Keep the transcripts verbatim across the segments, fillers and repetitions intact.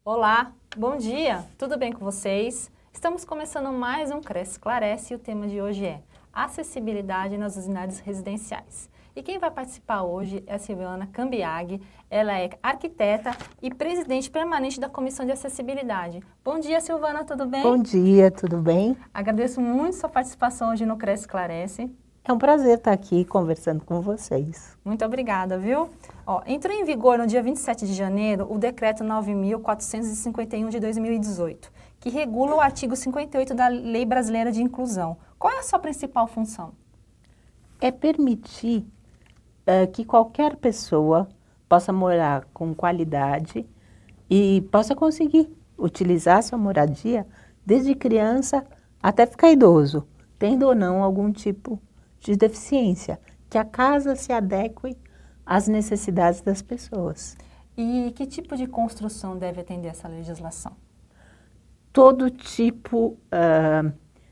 Olá, bom dia, tudo bem com vocês? Estamos começando mais um Cresce Esclarece e o tema de hoje é acessibilidade nas unidades residenciais. E quem vai participar hoje é a Silvana Cambiaghi, ela é arquiteta e presidente permanente da Comissão de Acessibilidade. Bom dia, Silvana, tudo bem? Bom dia, tudo bem? Agradeço muito sua participação hoje no Cresce Esclarece. É um prazer estar aqui conversando com vocês. Muito obrigada, viu? Ó, entrou em vigor no dia vinte e sete de janeiro o Decreto nove mil quatrocentos e cinquenta e um de dois mil e dezoito, que regula o artigo cinquenta e oito da Lei Brasileira de Inclusão. Qual é a sua principal função? É permitir uh, que qualquer pessoa possa morar com qualidade e possa conseguir utilizar sua moradia desde criança até ficar idoso, tendo ou não algum tipo de deficiência, que a casa se adeque às necessidades das pessoas. E que tipo de construção deve atender essa legislação? Todo tipo uh,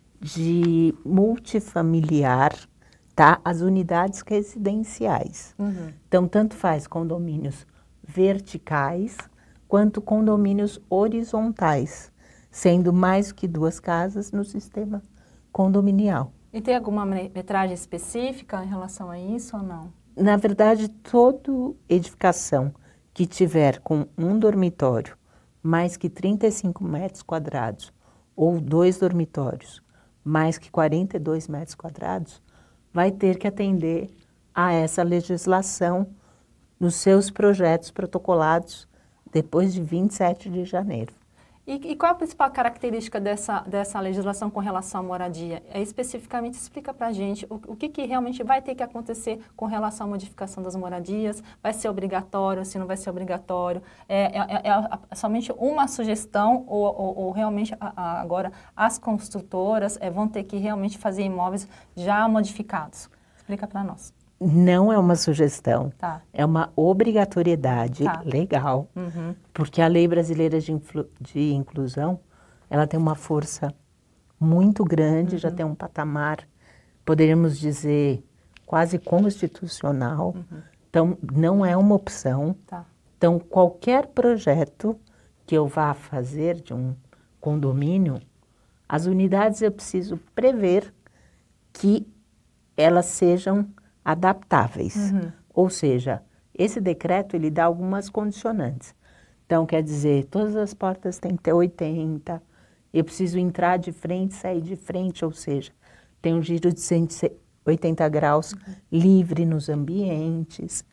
de multifamiliar, tá? As unidades residenciais. Uhum. Então, tanto faz condomínios verticais, quanto condomínios horizontais, sendo mais que duas casas no sistema condominial. E tem alguma metragem específica em relação a isso ou não? Na verdade, toda edificação que tiver com um dormitório, mais que trinta e cinco metros quadrados, ou dois dormitórios, mais que quarenta e dois metros quadrados, vai ter que atender a essa legislação nos seus projetos protocolados depois de vinte e sete de janeiro. E, e qual a principal característica dessa, dessa legislação com relação à moradia? É, especificamente, explica para a gente o, o que, que realmente vai ter que acontecer com relação à modificação das moradias, vai ser obrigatório, se não vai ser obrigatório, é, é, é, é somente uma sugestão ou, ou, ou realmente a, a, agora as construtoras é, vão ter que realmente fazer imóveis já modificados? Explica para nós. Não é uma sugestão, Tá. É uma obrigatoriedade Tá. legal, Uhum. porque a Lei Brasileira de, Influ de Inclusão, ela tem uma força muito grande, uhum. Já tem um patamar, poderíamos dizer, quase constitucional, uhum. Então não é uma opção. Tá. Então qualquer projeto que eu vá fazer de um condomínio, as unidades eu preciso prever que elas sejam adaptáveis, uhum. Ou seja, esse decreto ele dá algumas condicionantes. Então, quer dizer, todas as portas têm que ter oitenta, eu preciso entrar de frente, sair de frente, ou seja, tem um giro de cento e oitenta graus, uhum. Livre nos ambientes,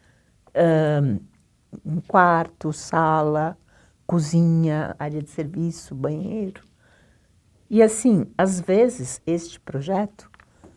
um, um quarto, sala, cozinha, área de serviço, banheiro. E assim, às vezes, este projeto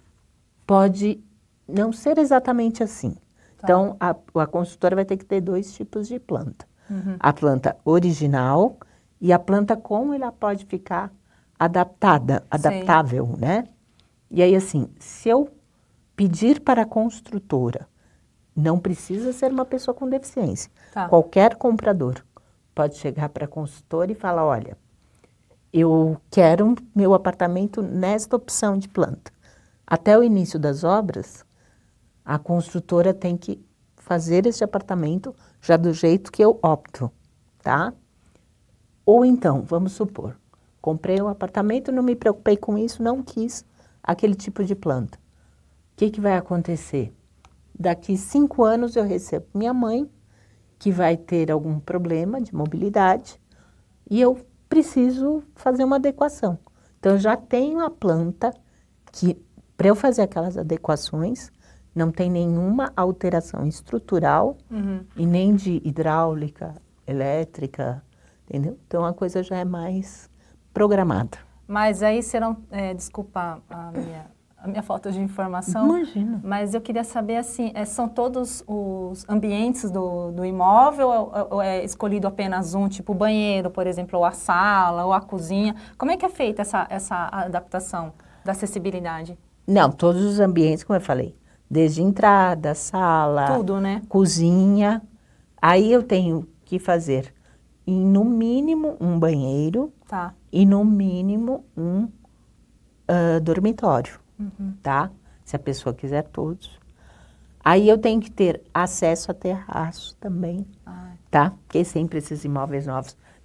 pode não ser exatamente assim. Tá. Então, a, a consultora vai ter que ter dois tipos de planta. Uhum. A planta original e a planta como ela pode ficar adaptada, adaptável, Sim. Né? E aí, assim, se eu pedir para a construtora, não precisa ser uma pessoa com deficiência. Tá. Qualquer comprador pode chegar para a consultora e falar, olha, eu quero meu apartamento nesta opção de planta. Até o início das obras, a construtora tem que fazer esse apartamento já do jeito que eu opto, tá? Ou então, vamos supor, comprei um apartamento, não me preocupei com isso, não quis aquele tipo de planta. O que que vai acontecer? Daqui cinco anos eu recebo minha mãe, que vai ter algum problema de mobilidade, e eu preciso fazer uma adequação. Então, eu já tenho a planta que, para eu fazer aquelas adequações, não tem nenhuma alteração estrutural, uhum. E nem de hidráulica, elétrica, entendeu? Então a coisa já é mais programada. Mas aí serão, é, desculpa a minha, a minha falta de informação. Imagina. Mas eu queria saber assim, é, são todos os ambientes do, do imóvel ou, ou é escolhido apenas um, tipo o banheiro, por exemplo, ou a sala, ou a cozinha? Como é que é feita essa, essa adaptação da acessibilidade? Não, todos os ambientes, como eu falei. Desde entrada, sala, Tudo, né? Cozinha. Aí eu tenho que fazer, em, no mínimo, um banheiro, tá. E no mínimo um uh, dormitório, uhum. Tá? Se a pessoa quiser todos. Aí eu tenho que ter acesso a terraço também, ah. Tá? Porque sempre esses imóveis novos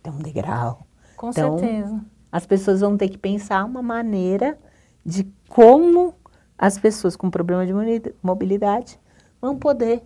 ter um degrau. Com Então, certeza. as pessoas vão ter que pensar uma maneira de como as pessoas com problema de mobilidade vão poder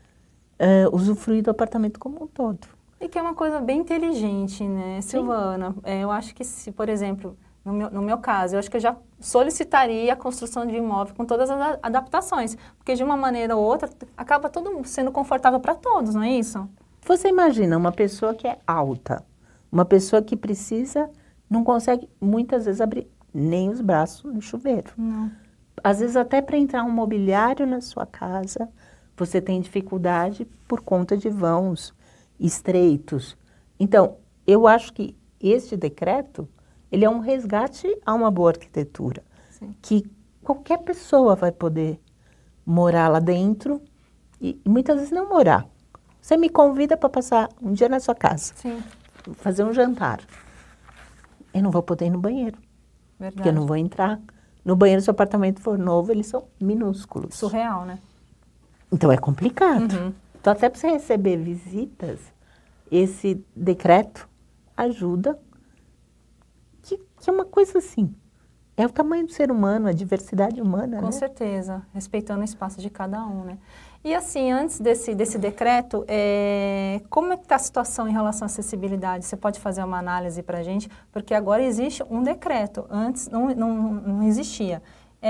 uh, usufruir do apartamento como um todo. E que é uma coisa bem inteligente, né, Silvana? É, eu acho que se, por exemplo, no meu, no meu caso, eu acho que eu já solicitaria a construção de imóvel com todas as adaptações, porque de uma maneira ou outra acaba tudo sendo confortável para todos, não é isso? Você imagina uma pessoa que é alta, uma pessoa que precisa, não consegue muitas vezes abrir nem os braços no chuveiro. Não. Às vezes até para entrar um mobiliário na sua casa, você tem dificuldade por conta de vãos estreitos. Então, eu acho que este decreto, ele é um resgate a uma boa arquitetura. Sim. Que qualquer pessoa vai poder morar lá dentro e, e muitas vezes não morar. Você me convida para passar um dia na sua casa, Sim. fazer um jantar. Eu não vou poder ir no banheiro, Verdade. porque eu não vou entrar. No banheiro, se o apartamento for novo, eles são minúsculos. Surreal, né? Então é complicado. Uhum. Então até para você receber visitas, esse decreto ajuda, que, que é uma coisa assim, é o tamanho do ser humano, a diversidade humana, Com né? certeza, respeitando o espaço de cada um, né? E assim, antes desse, desse decreto, é, como é que está a situação em relação à acessibilidade? Você pode fazer uma análise para a gente? Porque agora existe um decreto, antes não, não, não existia.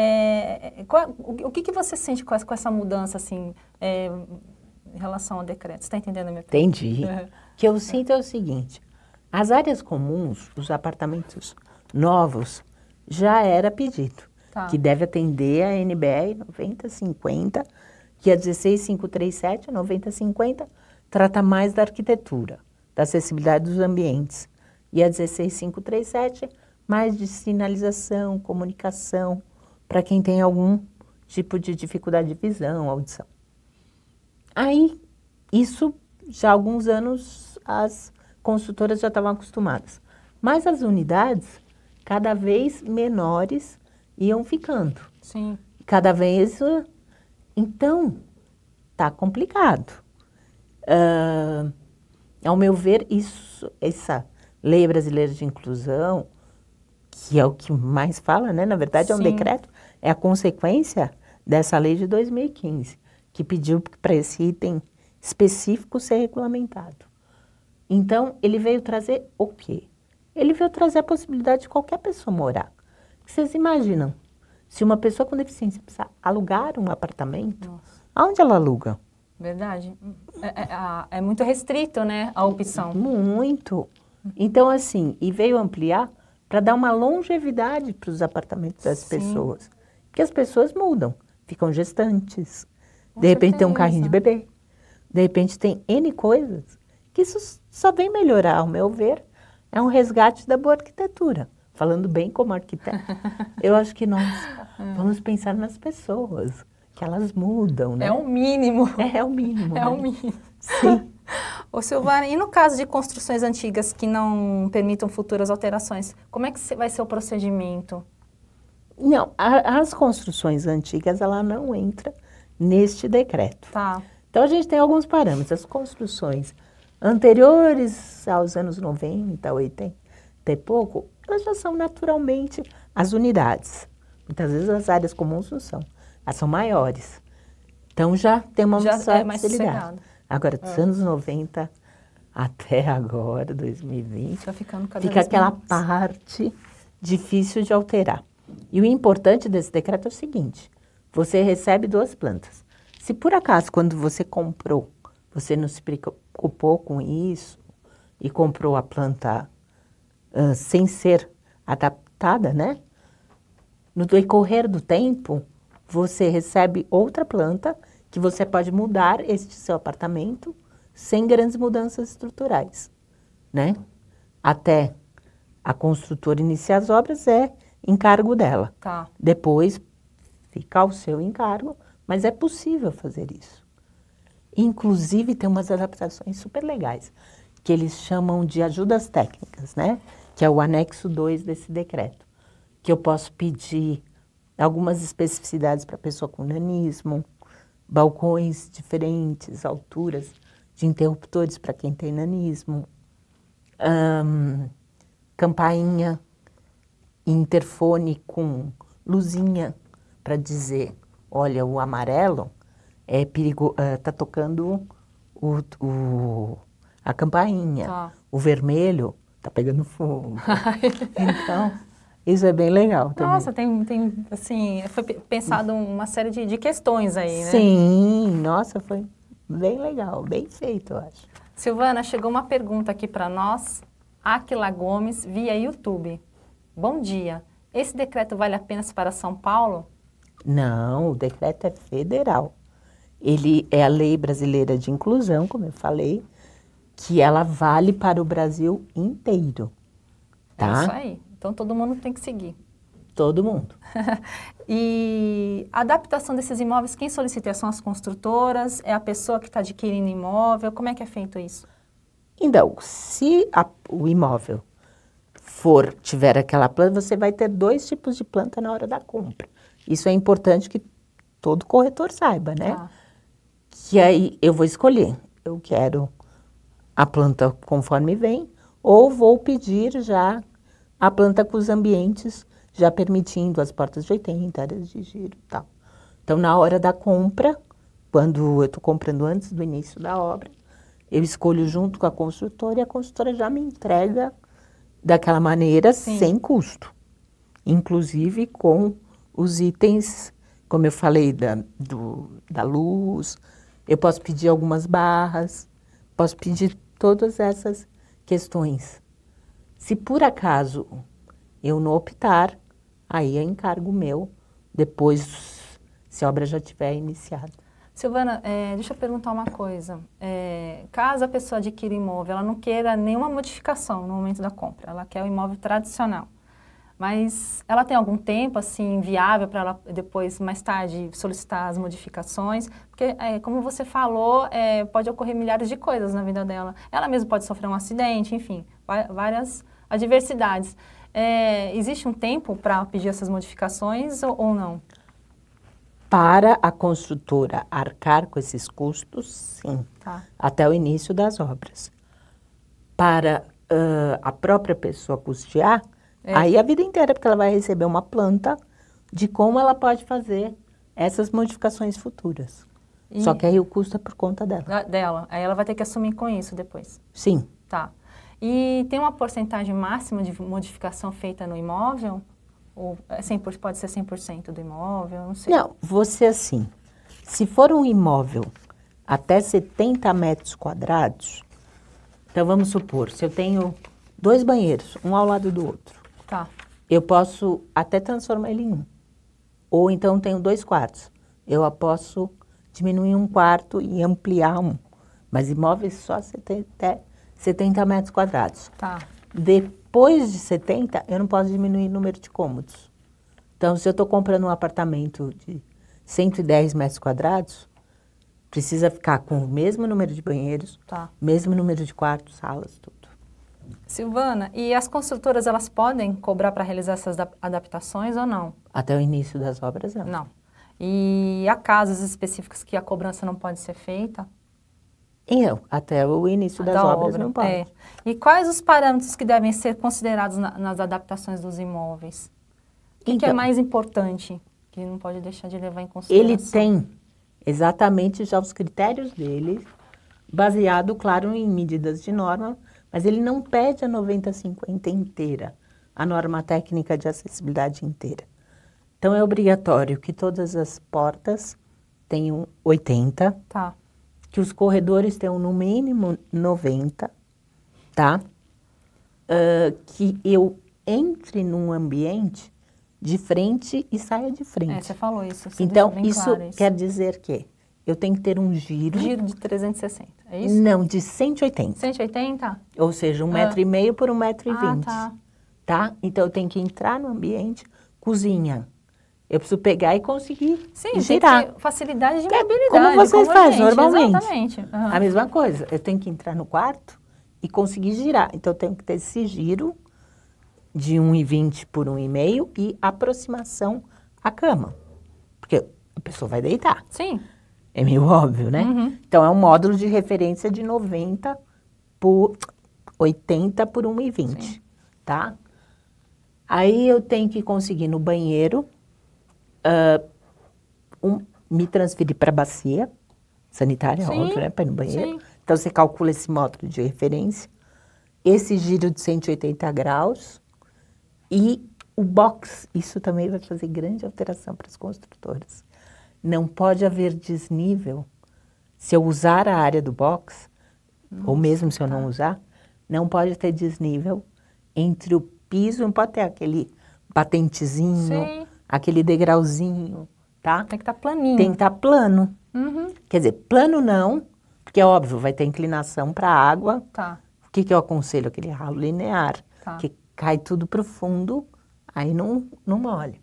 É, qual, o, o que, que você sente com essa, com essa mudança, assim, é, em relação ao decreto? Você está entendendo a minha pergunta? Entendi. O que eu sinto é o seguinte, as áreas comuns, os apartamentos novos, já era pedido, Tá. que deve atender a N B R noventa cinquenta, que a dezesseis mil quinhentos e trinta e sete, noventa cinquenta, trata mais da arquitetura, da acessibilidade dos ambientes. E a dezesseis mil quinhentos e trinta e sete, mais de sinalização, comunicação, para quem tem algum tipo de dificuldade de visão, audição. Aí, isso, já há alguns anos, as construtoras já estavam acostumadas. Mas as unidades, cada vez menores, iam ficando. Sim. Cada vez... Então, está complicado. Uh, ao meu ver, isso, essa lei brasileira de inclusão, que é o que mais fala, né? Na verdade, é um Sim. decreto, é a consequência dessa lei de dois mil e quinze, que pediu para esse item específico ser regulamentado. Então, ele veio trazer o quê? Ele veio trazer a possibilidade de qualquer pessoa morar. Vocês imaginam? Se uma pessoa com deficiência precisar alugar um apartamento, Nossa. Aonde ela aluga? Verdade. É, é, é muito restrito, né, a opção. Muito. Então, assim, e veio ampliar para dar uma longevidade para os apartamentos das Sim. pessoas. Porque as pessoas mudam, ficam gestantes, Com de repente tem um certeza. carrinho de bebê, de repente tem N coisas, que isso só vem melhorar, ao meu ver, é um resgate da boa arquitetura. Falando bem como arquiteto, eu acho que nós vamos pensar nas pessoas, que elas mudam, né? É o mínimo. É, é o mínimo. É né? o mínimo. Sim. Ô Silvana, e no caso de construções antigas que não permitam futuras alterações, como é que vai ser o procedimento? Não, a, as construções antigas, ela não entra neste decreto. Tá. Então, a gente tem alguns parâmetros. As construções anteriores aos anos noventa, oitenta e pouco, elas já são naturalmente as unidades. Muitas vezes as áreas comuns não são. Elas são maiores. Então, já tem uma Já certa é mais facilidade. sossegado. Agora, dos É. anos noventa até agora, dois mil e vinte, Tá ficando cada fica vez aquela mais. parte difícil de alterar. E o importante desse decreto é o seguinte, você recebe duas plantas. Se por acaso, quando você comprou, você não se preocupou com isso e comprou a planta uh, sem ser adaptada, né? No decorrer do tempo, você recebe outra planta que você pode mudar este seu apartamento sem grandes mudanças estruturais, né? Até a construtora iniciar as obras é encargo dela. Tá. Depois fica ao seu encargo, mas é possível fazer isso. Inclusive tem umas adaptações super legais, que eles chamam de ajudas técnicas, né? Que é o anexo dois desse decreto. Que eu posso pedir algumas especificidades para pessoa com nanismo, balcões diferentes, alturas de interruptores para quem tem nanismo, hum, campainha, interfone com luzinha para dizer, olha, o amarelo é perigo, uh, tá tocando o, o, a campainha, Tá. o vermelho tá pegando fogo. Então, isso é bem legal também. Nossa, tem, tem assim, foi pensado uma série de, de questões aí, né? Sim, nossa, foi bem legal, bem feito, eu acho. Silvana, chegou uma pergunta aqui para nós, Aquila Gomes, via YouTube. Bom dia, esse decreto vale apenas para São Paulo? Não, o decreto é federal. Ele é a Lei Brasileira de Inclusão, como eu falei, que ela vale para o Brasil inteiro, tá? É isso aí. Então todo mundo tem que seguir. Todo mundo. E a adaptação desses imóveis, quem solicita? São as construtoras? É a pessoa que está adquirindo imóvel? Como é que é feito isso? Então, se a, o imóvel for, tiver aquela planta, você vai ter dois tipos de planta na hora da compra. Isso é importante que todo corretor saiba, né? Tá. Que aí eu vou escolher, eu quero a planta conforme vem, ou vou pedir já a planta com os ambientes, já permitindo as portas de oitenta, áreas de giro e tal. Então, na hora da compra, quando eu estou comprando antes do início da obra, eu escolho junto com a construtora e a construtora já me entrega daquela maneira, Sim. sem custo. Inclusive com os itens, como eu falei, da, do, da luz, eu posso pedir algumas barras, posso pedir todas essas questões. Se por acaso eu não optar, aí é encargo meu, depois, se a obra já tiver iniciada. Silvana, é, deixa eu perguntar uma coisa. É, caso a pessoa adquira imóvel, ela não queira nenhuma modificação no momento da compra, ela quer o imóvel tradicional. Mas ela tem algum tempo, assim, viável para ela depois, mais tarde, solicitar as modificações? Porque, é, como você falou, é, pode ocorrer milhares de coisas na vida dela. Ela mesma pode sofrer um acidente, enfim, várias adversidades. É, existe um tempo para pedir essas modificações ou, ou não? Para a construtora arcar com esses custos, sim, Tá. até o início das obras. Para uh, a própria pessoa custear, é. Aí a vida inteira, porque ela vai receber uma planta de como ela pode fazer essas modificações futuras. E... Só que aí o custo é por conta dela. Da, dela. Aí ela vai ter que assumir com isso depois. Sim. Tá. E tem uma porcentagem máxima de modificação feita no imóvel? Ou é cem por cento, pode ser cem por cento do imóvel? Não sei. Não, você assim, se for um imóvel até setenta metros quadrados, então vamos supor, se eu tenho dois banheiros, um ao lado do outro, tá. Eu posso até transformar ele em um. Ou então tenho dois quartos, eu posso diminuir um quarto e ampliar um. Mas imóveis só até setenta metros quadrados. Tá. Depois de setenta, eu não posso diminuir o número de cômodos. Então, se eu estou comprando um apartamento de cento e dez metros quadrados, precisa ficar com o mesmo número de banheiros, tá. mesmo número de quartos, salas, tudo. Silvana, e as construtoras, elas podem cobrar para realizar essas adaptações ou não? Até o início das obras, não. Não. E há casos específicos que a cobrança não pode ser feita? Eu, até o início das da obras obra, não pode. É. E quais os parâmetros que devem ser considerados na, nas adaptações dos imóveis? O que, então, que é mais importante que não pode deixar de levar em consideração? Ele tem exatamente já os critérios dele, baseado, claro, em medidas de norma, mas ele não pede a noventa cinquenta inteira, a norma técnica de acessibilidade inteira. Então, é obrigatório que todas as portas tenham oitenta, tá. que os corredores tenham no mínimo noventa, tá? Uh, que eu entre num ambiente de frente e saia de frente. É, você falou isso. Você então, isso, claro isso quer dizer que eu tenho que ter um giro... Giro de trezentos e sessenta, é isso? Não, de cento e oitenta. cento e oitenta? Ou seja, um ah. metro e meio por um metro e vinte. Ah, tá. Tá? Então, eu tenho que entrar no ambiente, cozinha. Eu preciso pegar e conseguir Sim, girar. Tem que ter facilidade de é mobilidade. como vocês como fazem gente, normalmente. Exatamente. Uhum. A mesma coisa. Eu tenho que entrar no quarto e conseguir girar. Então, eu tenho que ter esse giro de um e vinte por um e meio e aproximação à cama. Porque a pessoa vai deitar. Sim. É meio óbvio, né? Uhum. Então, é um módulo de referência de noventa por oitenta por um e vinte, tá? Aí eu tenho que conseguir no banheiro, uh, um, me transferir para a bacia sanitária, Sim, óbvio, né? Para ir no banheiro. sim. Então você calcula esse módulo de referência, esse giro de cento e oitenta graus e o box. Isso também vai fazer grande alteração para as construtoras. Não pode haver desnível. Se eu usar a área do box, Nossa, ou mesmo se eu tá. não usar, não pode ter desnível entre o piso, não pode ter aquele batentezinho, Sim. aquele degrauzinho, tá? Tem que estar tá planinho. Tem que estar tá plano. Uhum. Quer dizer, plano não, porque é óbvio, vai ter inclinação para a água. Tá. O que, que eu aconselho? Aquele ralo linear, tá. que cai tudo para o fundo, aí não, não molha.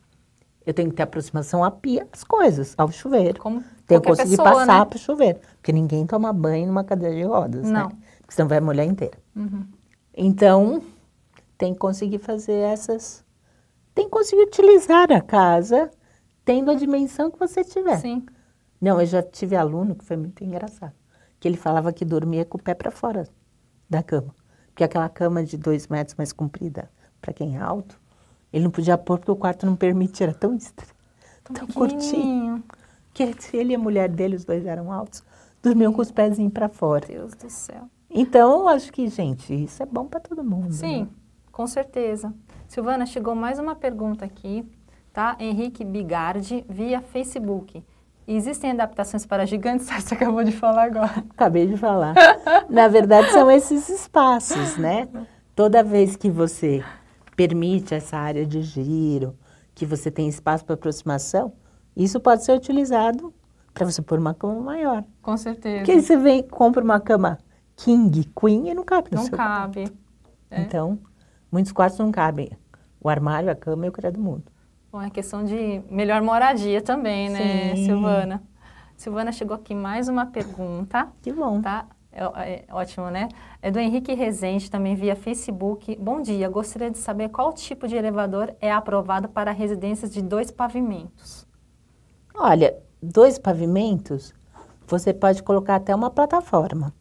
Eu tenho que ter aproximação à pia, as coisas, ao chuveiro. Como tenho que conseguir pessoa, passar né? para o chuveiro. Porque ninguém toma banho numa cadeira de rodas, não. né? Porque senão vai molhar inteira. Uhum. Então, tem que conseguir fazer essas... Tem que conseguir utilizar a casa tendo a dimensão que você tiver. Sim. Não, eu já tive aluno que foi muito engraçado. Que ele falava que dormia com o pé para fora da cama. Porque aquela cama de dois metros mais comprida, para quem é alto, ele não podia pôr porque o quarto não permitia, era tão estranho, tão, tão curtinho. Que ele e a mulher dele, os dois eram altos, dormiam com os pezinhos para fora. Deus do céu. Então, eu acho que, gente, isso é bom para todo mundo. Sim, né? com certeza. Silvana, chegou mais uma pergunta aqui, tá? Henrique Bigardi, via Facebook. Existem adaptações para gigantes? Você acabou de falar agora. Acabei de falar. Na verdade, são esses espaços, né? Toda vez que você permite essa área de giro, que você tem espaço para aproximação, isso pode ser utilizado para você pôr uma cama maior. Com certeza. Porque aí você vem, compra uma cama king, queen e não cabe no não seu cabe. quarto. É. Então, muitos quartos não cabem. O armário, a cama e o criado mudo. Bom, é questão de melhor moradia também, né, Sim. Silvana? Silvana, chegou aqui mais uma pergunta. Que bom. Tá? É, é, ótimo, né? É do Henrique Rezende, também via Facebook. Bom dia, gostaria de saber qual tipo de elevador é aprovado para residências de dois pavimentos. Olha, dois pavimentos, você pode colocar até uma plataforma,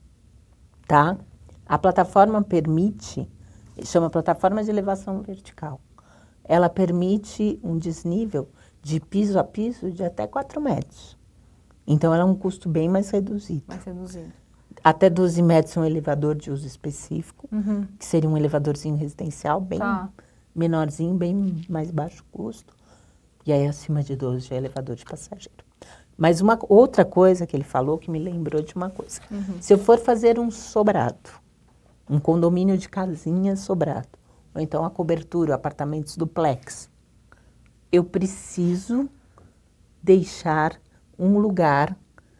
tá? A plataforma permite, chama plataforma de elevação vertical. Ela permite um desnível de piso a piso de até quatro metros. Então, ela é um custo bem mais reduzido. Mais reduzido. Até doze metros é um elevador de uso específico, uhum. que seria um elevadorzinho residencial, bem tá. menorzinho, bem mais baixo custo. E aí, acima de doze, já é elevador de passageiro. Mas uma outra coisa que ele falou que me lembrou de uma coisa. Uhum. Se eu for fazer um sobrado, um condomínio de casinhas sobrado, ou então a cobertura, apartamentos duplex, eu preciso deixar um lugar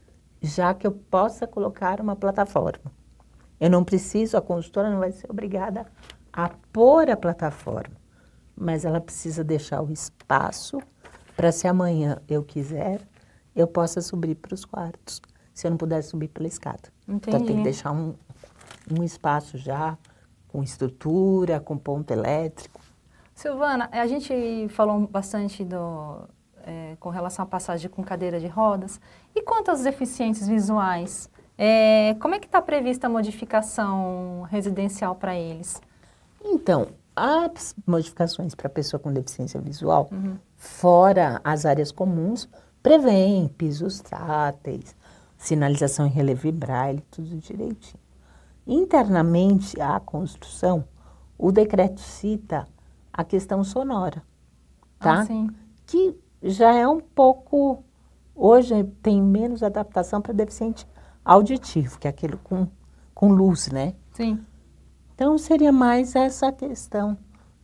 já que eu possa colocar uma plataforma. Eu não preciso, a construtora não vai ser obrigada a pôr a plataforma, mas ela precisa deixar o espaço para se amanhã eu quiser, eu possa subir para os quartos, se eu não puder subir pela escada. Entendi. Então tem que deixar um, um espaço já com estrutura, com ponto elétrico. Silvana, a gente falou bastante do... É, com relação à passagem com cadeira de rodas. E quanto aos deficientes visuais? É, como é que está prevista a modificação residencial para eles? Então, as modificações para a pessoa com deficiência visual, uhum. fora as áreas comuns, prevêem pisos táteis, sinalização em relevo e braille, tudo direitinho. Internamente, à construção, o decreto cita a questão sonora, tá? Ah, sim. Que já é um pouco, hoje tem menos adaptação para deficiente auditivo, que é aquele com, com luz, né? Sim. Então, seria mais essa questão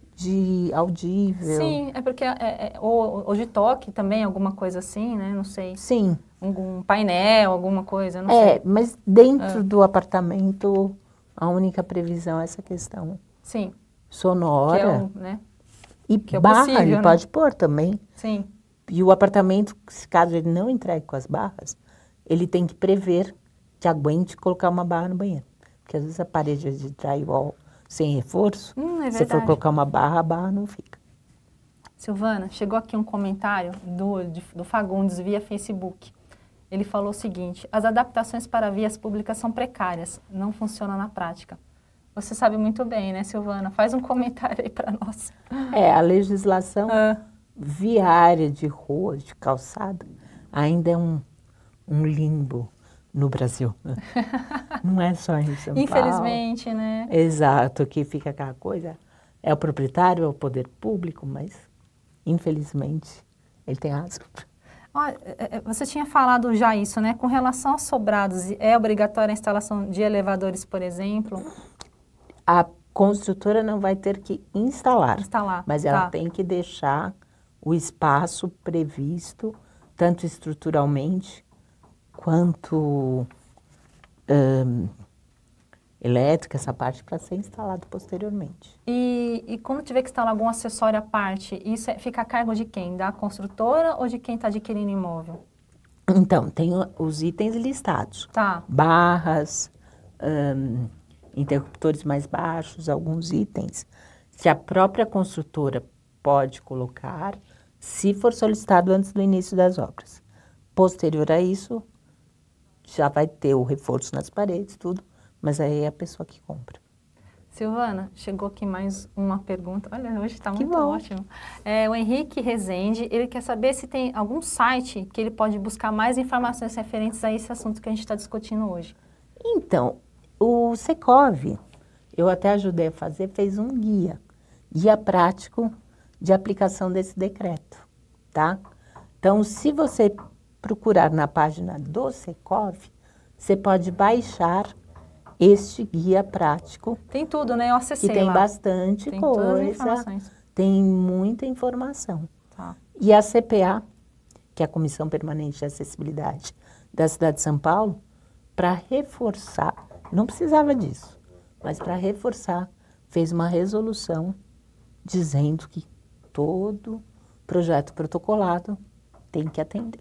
de audível. Sim, é porque, é, é, ou, ou de toque também, alguma coisa assim, né? Não sei. Sim. Algum painel, alguma coisa, não é, sei. É, mas dentro é. do apartamento, a única previsão é essa questão Sim. sonora. Que é o, né? E que é barra, possível, ele né? pode pôr também. Sim. E o apartamento, se caso ele não entregue com as barras, ele tem que prever que aguente colocar uma barra no banheiro. Porque às vezes a parede é de drywall sem reforço, hum, é se for colocar uma barra, a barra não fica. Silvana, chegou aqui um comentário do, de, do Fagundes via Facebook. Ele falou o seguinte: as adaptações para vias públicas são precárias, não funcionam na prática. Você sabe muito bem, né, Silvana? Faz um comentário aí para nós. É, a legislação Ah. viária de ruas, de calçada, ainda é um, um limbo no Brasil. Não é só em São Paulo. Infelizmente, né? Exato, que fica aquela coisa, é o proprietário, é o poder público, mas infelizmente ele tem razão. Ó, você tinha falado já isso, né? Com relação aos sobrados, é obrigatória a instalação de elevadores, por exemplo? A construtora não vai ter que instalar, Instalar, mas ela tá. tem que deixar o espaço previsto, tanto estruturalmente quanto hum, elétrica, essa parte, para ser instalado posteriormente. E, e quando tiver que instalar algum acessório à parte, isso é, fica a cargo de quem? Da construtora ou de quem está adquirindo imóvel? Então, tem os itens listados. Tá. Barras, hum, interruptores mais baixos, alguns itens que a própria construtora pode colocar, se for solicitado antes do início das obras. Posterior a isso, já vai ter o reforço nas paredes, tudo, mas aí é a pessoa que compra. Silvana, chegou aqui mais uma pergunta. Olha, hoje está muito bom. ótimo. É, o Henrique Rezende, ele quer saber se tem algum site que ele pode buscar mais informações referentes a esse assunto que a gente está discutindo hoje. Então, o Secov, eu até ajudei a fazer, fez um guia, guia prático de aplicação desse decreto, tá? Então, se você procurar na página do Secov, você pode baixar este guia prático. Tem tudo, né? Eu acessei que tem lá. bastante Tem todas as coisa, informações. tem muita informação. Tá. E a C P A, que é a Comissão Permanente de Acessibilidade da cidade de São Paulo, para reforçar, não precisava disso, mas para reforçar, fez uma resolução dizendo que todo projeto protocolado tem que atender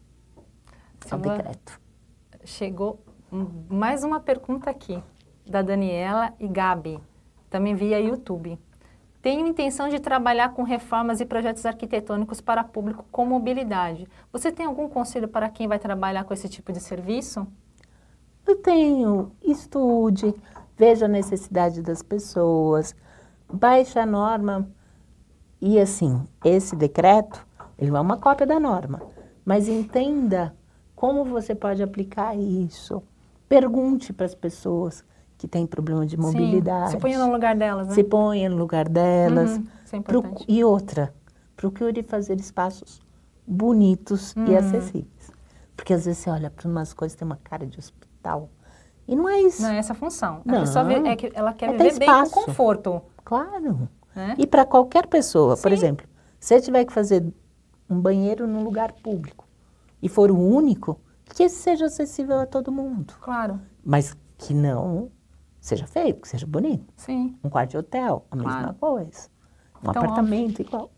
ao Silvana, decreto. Chegou mais uma pergunta aqui, da Daniela e Gabi, também via YouTube. Tenho intenção de trabalhar com reformas e projetos arquitetônicos para público com mobilidade. Você tem algum conselho para quem vai trabalhar com esse tipo de serviço? Eu tenho, estude, veja a necessidade das pessoas, baixe a norma. E assim, esse decreto, ele é uma cópia da norma, mas entenda como você pode aplicar isso. Pergunte para as pessoas que têm problema de mobilidade. Sim, se ponha no lugar delas, né? Se ponha no lugar delas. Uhum, isso é importante. E outra, procure fazer espaços bonitos Uhum. e acessíveis. Porque às vezes você olha para umas coisas, tem uma cara de hospital. E não é isso. Não é essa a função. Não, a pessoa vê, é que ela quer é ter viver bem com espaço. conforto. Claro. Né? E para qualquer pessoa, por Sim. exemplo, se você tiver que fazer um banheiro num lugar público e for o único, que esse seja acessível a todo mundo. Claro. Mas que não seja feio, que seja bonito. Sim. Um quarto de hotel, a Claro. mesma coisa. Um Então, apartamento igual.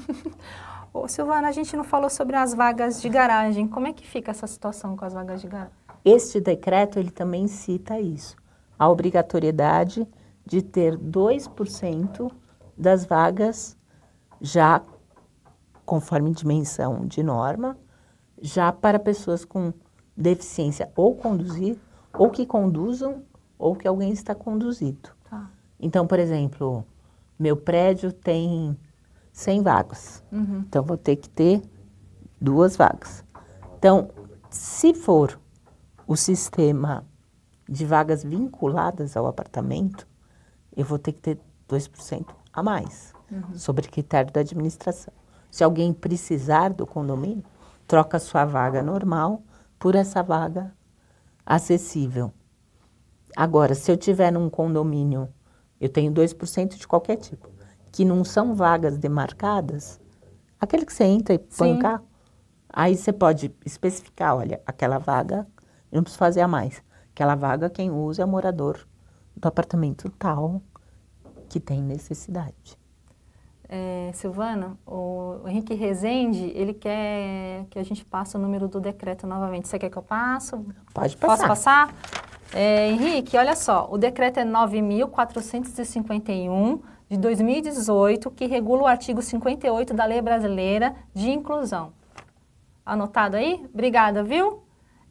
Ô, Silvana, a gente não falou sobre as vagas de garagem. Como é que fica essa situação com as vagas de garagem? Este decreto, ele também cita isso. A obrigatoriedade de ter dois por cento das vagas já conforme dimensão de norma, já para pessoas com deficiência ou conduzir, ou que conduzam, ou que alguém está conduzido. Tá. Então, por exemplo, meu prédio tem cem vagas. Uhum. Então, vou ter que ter duas vagas. Então, se for o sistema de vagas vinculadas ao apartamento, eu vou ter que ter dois por cento a mais, uhum. sobre critério da administração. Se alguém precisar do condomínio, troca sua vaga normal por essa vaga acessível. Agora, se eu tiver num condomínio, eu tenho dois por cento de qualquer tipo, que não são vagas demarcadas, aquele que você entra e põe Sim. um carro, aí você pode especificar, olha, aquela vaga, eu não preciso fazer a mais. Aquela vaga, quem usa é o morador do apartamento tal, que tem necessidade. É, Silvana, o Henrique Rezende, ele quer que a gente passe o número do decreto novamente. Você quer que eu passe? Pode passar. Posso passar? É, Henrique, olha só, o decreto é nove mil quatrocentos e cinquenta e um de dois mil e dezoito, que regula o artigo cinquenta e oito da Lei Brasileira de Inclusão. Anotado aí? Obrigada, viu?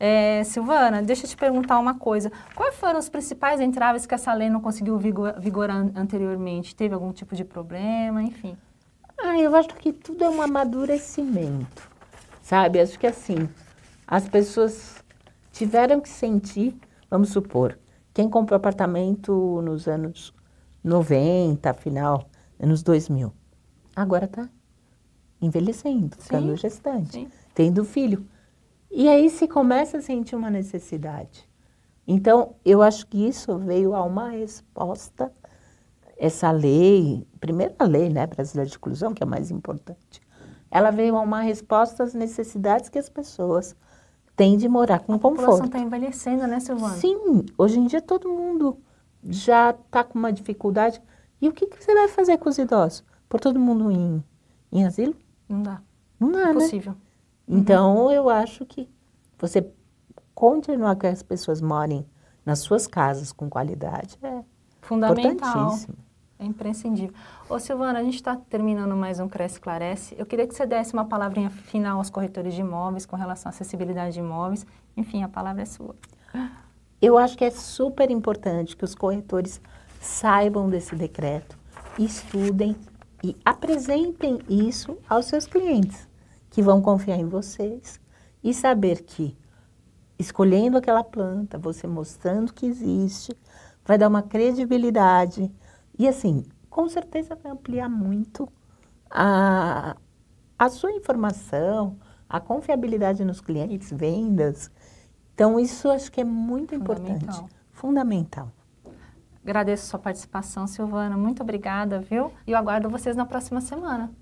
É, Silvana, deixa eu te perguntar uma coisa. Quais foram os principais entraves que essa lei não conseguiu vigor, vigorar anteriormente? Teve algum tipo de problema, enfim? Ah, eu acho que tudo é um amadurecimento, sabe? Acho que assim, as pessoas tiveram que sentir, vamos supor, quem comprou apartamento nos anos noventa, final, anos dois mil, agora está envelhecendo, ficando Sim, gestante, sim. tendo filho. E aí se começa a sentir uma necessidade. Então, eu acho que isso veio a uma resposta, essa lei, primeiro a lei, né, brasileira de inclusão, que é a mais importante, ela veio a uma resposta às necessidades que as pessoas têm de morar com A conforto. população está envelhecendo, né, Silvana? Sim, hoje em dia todo mundo já está com uma dificuldade. E o que, que você vai fazer com os idosos? Por todo mundo em, em asilo? Não dá. Não dá, né? Impossível. Então, eu acho que você continuar que as pessoas morem nas suas casas com qualidade é Fundamental. importantíssimo. É imprescindível. Ô, Silvana, a gente está terminando mais um Cresce Esclarece. Eu queria que você desse uma palavrinha final aos corretores de imóveis com relação à acessibilidade de imóveis. Enfim, a palavra é sua. Eu acho que é super importante que os corretores saibam desse decreto, estudem e apresentem isso aos seus clientes, que vão confiar em vocês e saber que, escolhendo aquela planta, você mostrando que existe, vai dar uma credibilidade e, assim, com certeza vai ampliar muito a, a sua informação, a confiabilidade nos clientes, vendas. Então, isso acho que é muito importante, fundamental. Agradeço a sua participação, Silvana. Muito obrigada, viu? E eu aguardo vocês na próxima semana.